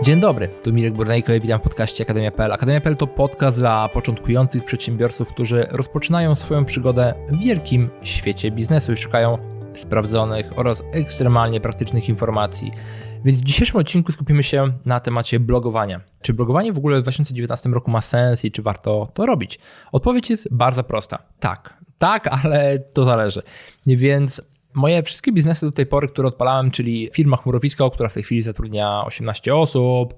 Dzień dobry, tu Mirek Burnejko i witam w podcaście Akademia.pl. Akademia.pl to podcast dla początkujących przedsiębiorców, którzy rozpoczynają swoją przygodę w wielkim świecie biznesu i szukają sprawdzonych oraz ekstremalnie praktycznych informacji. Więc w dzisiejszym odcinku skupimy się na temacie blogowania. Czy blogowanie w ogóle w 2019 roku ma sens i czy warto to robić? Odpowiedź jest bardzo prosta. Tak, ale to zależy. Więc moje wszystkie biznesy do tej pory, które odpalałem, czyli firma Chmurowisko, która w tej chwili zatrudnia 18 osób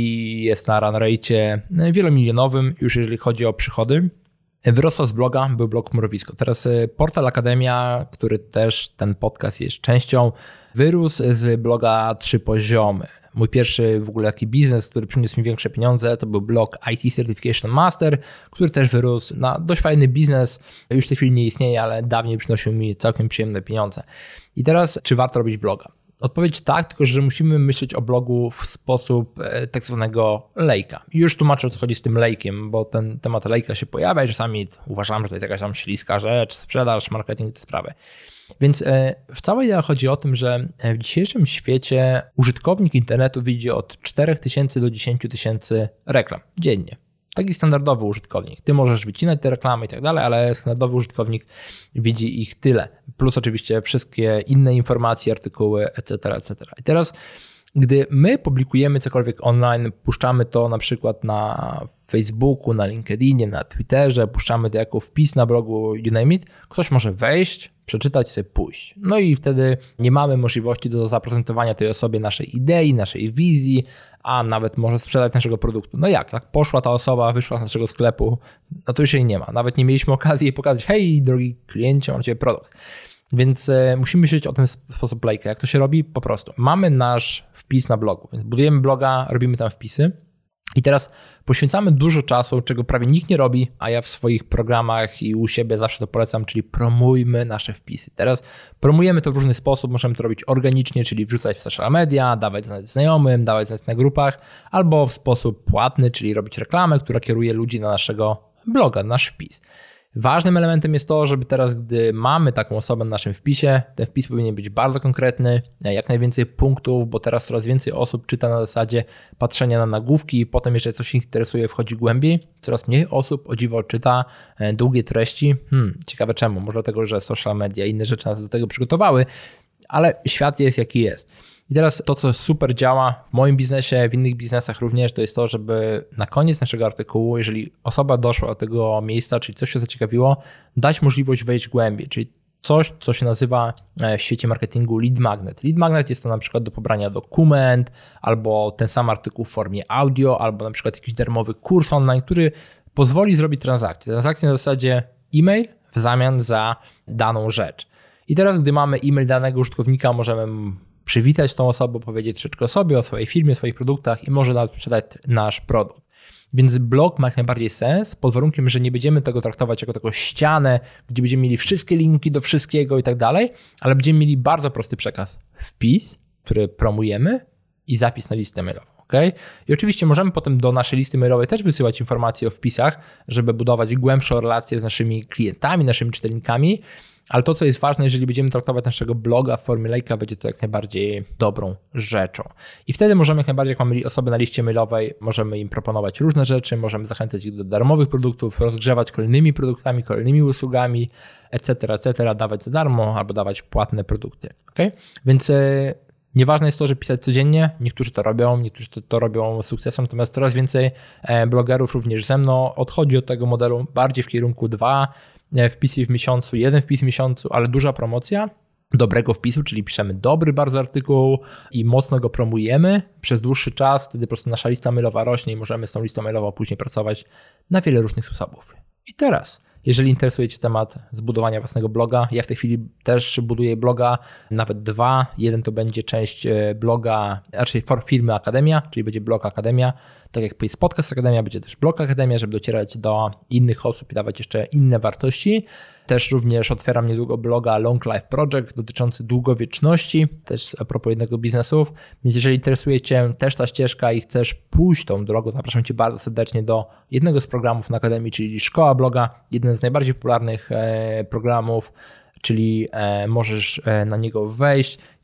i jest na run rate wielomilionowym, już jeżeli chodzi o przychody, wyrosła z bloga, był blog Chmurowisko. Teraz portal Akademia, który też ten podcast jest częścią, wyrósł z bloga 3 poziomy. Mój pierwszy w ogóle taki biznes, który przyniósł mi większe pieniądze, to był blog IT Certification Master, który też wyrósł na dość fajny biznes. Już w tej chwili nie istnieje, ale dawniej przynosił mi całkiem przyjemne pieniądze. I teraz, czy warto robić bloga? Odpowiedź tak, tylko że musimy myśleć o blogu w sposób tak zwanego lejka. I już tłumaczę, o co chodzi z tym lejkiem, bo ten temat lejka się pojawia i czasami uważam, że to jest jakaś tam śliska rzecz, sprzedaż, marketing, te sprawy. Więc w całej idei chodzi o tym, że w dzisiejszym świecie użytkownik internetu widzi od 4000 do 10 000 reklam dziennie. Taki standardowy użytkownik. Ty możesz wycinać te reklamy i tak dalej, ale standardowy użytkownik widzi ich tyle. Plus oczywiście wszystkie inne informacje, artykuły, etc., etc. I teraz, gdy my publikujemy cokolwiek online, puszczamy to na przykład na Facebooku, na LinkedInie, na Twitterze, puszczamy to jako wpis na blogu, you name it, ktoś może wejść, przeczytać, sobie pójść. No i wtedy nie mamy możliwości do zaprezentowania tej osobie naszej idei, naszej wizji, a nawet może sprzedać naszego produktu. No jak? Tak poszła ta osoba, wyszła z naszego sklepu, no to już jej nie ma. Nawet nie mieliśmy okazji jej pokazać, hej, drogi kliencie, mam ciebie produkt. Więc musimy myśleć o tym sposób lejka. Jak to się robi? Po prostu. Mamy nasz wpis na blogu, więc budujemy bloga, robimy tam wpisy i teraz poświęcamy dużo czasu, czego prawie nikt nie robi, a ja w swoich programach i u siebie zawsze to polecam, czyli promujmy nasze wpisy. Teraz promujemy to w różny sposób, możemy to robić organicznie, czyli wrzucać w social media, dawać znać znajomym, dawać znać na grupach, albo w sposób płatny, czyli robić reklamę, która kieruje ludzi na naszego bloga, nasz wpis. Ważnym elementem jest to, żeby teraz, gdy mamy taką osobę na naszym wpisie, ten wpis powinien być bardzo konkretny, jak najwięcej punktów, bo teraz coraz więcej osób czyta na zasadzie patrzenia na nagłówki i potem jeżeli coś ich interesuje, wchodzi głębiej. Coraz mniej osób o dziwo czyta długie treści. Ciekawe czemu, może dlatego, że social media i inne rzeczy nas do tego przygotowały, ale świat jest jaki jest. I teraz to, co super działa w moim biznesie, w innych biznesach również, to jest to, żeby na koniec naszego artykułu, jeżeli osoba doszła do tego miejsca, czyli coś się zaciekawiło, dać możliwość wejść głębiej, czyli coś, co się nazywa w świecie marketingu lead magnet. Lead magnet jest to na przykład do pobrania dokument, albo ten sam artykuł w formie audio, albo na przykład jakiś darmowy kurs online, który pozwoli zrobić transakcję. Transakcję na zasadzie e-mail w zamian za daną rzecz. I teraz, gdy mamy e-mail danego użytkownika, możemy przywitać tą osobę, powiedzieć troszeczkę o sobie, o swojej firmie, o swoich produktach i może nawet sprzedać nasz produkt. Więc blog ma jak najbardziej sens, pod warunkiem, że nie będziemy tego traktować jako taką ścianę, gdzie będziemy mieli wszystkie linki do wszystkiego i tak dalej, ale będziemy mieli bardzo prosty przekaz. Wpis, który promujemy i zapis na listę mailową. Okay? I oczywiście możemy potem do naszej listy mailowej też wysyłać informacje o wpisach, żeby budować głębszą relację z naszymi klientami, naszymi czytelnikami, ale to, co jest ważne, jeżeli będziemy traktować naszego bloga w formie lejka, będzie to jak najbardziej dobrą rzeczą. I wtedy możemy jak najbardziej, jak mamy osoby na liście mailowej, możemy im proponować różne rzeczy, możemy zachęcać ich do darmowych produktów, rozgrzewać kolejnymi produktami, kolejnymi usługami, etc., dawać za darmo albo dawać płatne produkty. Okay? Więc nieważne jest to, że pisać codziennie, niektórzy to robią, niektórzy to robią z sukcesem, natomiast coraz więcej blogerów również ze mną odchodzi od tego modelu bardziej w kierunku 2 wpisy w miesiącu, 1 wpis w miesiącu, ale duża promocja dobrego wpisu, czyli piszemy dobry bardzo artykuł i mocno go promujemy przez dłuższy czas, wtedy po prostu nasza lista mailowa rośnie i możemy z tą listą mailową później pracować na wiele różnych sposobów. I teraz, jeżeli interesuje Cię temat zbudowania własnego bloga, ja w tej chwili też buduję bloga, nawet 2. Jeden to będzie część bloga, raczej firmy Akademia, czyli będzie blog Akademia. Tak jak jest podcast Akademia, będzie też blog Akademia, żeby docierać do innych osób i dawać jeszcze inne wartości. Też również otwieram niedługo bloga Long Life Project dotyczący długowieczności, też a propos jednego biznesów. Więc jeżeli interesuje Cię też ta ścieżka i chcesz pójść tą drogą, zapraszam Cię bardzo serdecznie do jednego z programów na Akademii, czyli Szkoła Bloga, jeden z najbardziej popularnych programów, czyli możesz na niego wejść.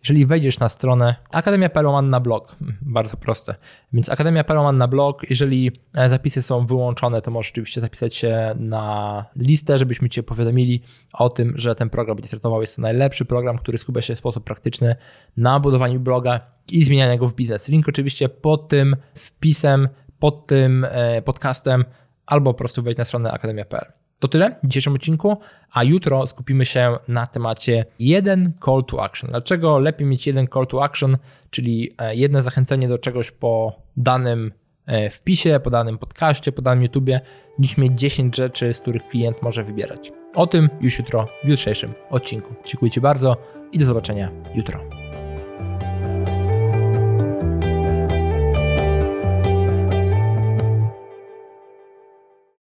Jeżeli wejdziesz na stronę akademia.pl/blog, bardzo proste, więc akademia.pl/blog, jeżeli zapisy są wyłączone, to możesz oczywiście zapisać się na listę, żebyśmy Cię powiadomili o tym, że ten program będzie startował. Jest to najlepszy program, który skupia się w sposób praktyczny na budowaniu bloga i zmienianiu go w biznes. Link oczywiście pod tym wpisem, pod tym podcastem, albo po prostu wejdź na stronę akademia.pl. To tyle w dzisiejszym odcinku, a jutro skupimy się na temacie jeden call to action. Dlaczego lepiej mieć jeden call to action, czyli jedno zachęcenie do czegoś po danym wpisie, po danym podcaście, po danym YouTubie, niż mieć 10 rzeczy, z których klient może wybierać. O tym już jutro w jutrzejszym odcinku. Dziękuję Ci bardzo i do zobaczenia jutro.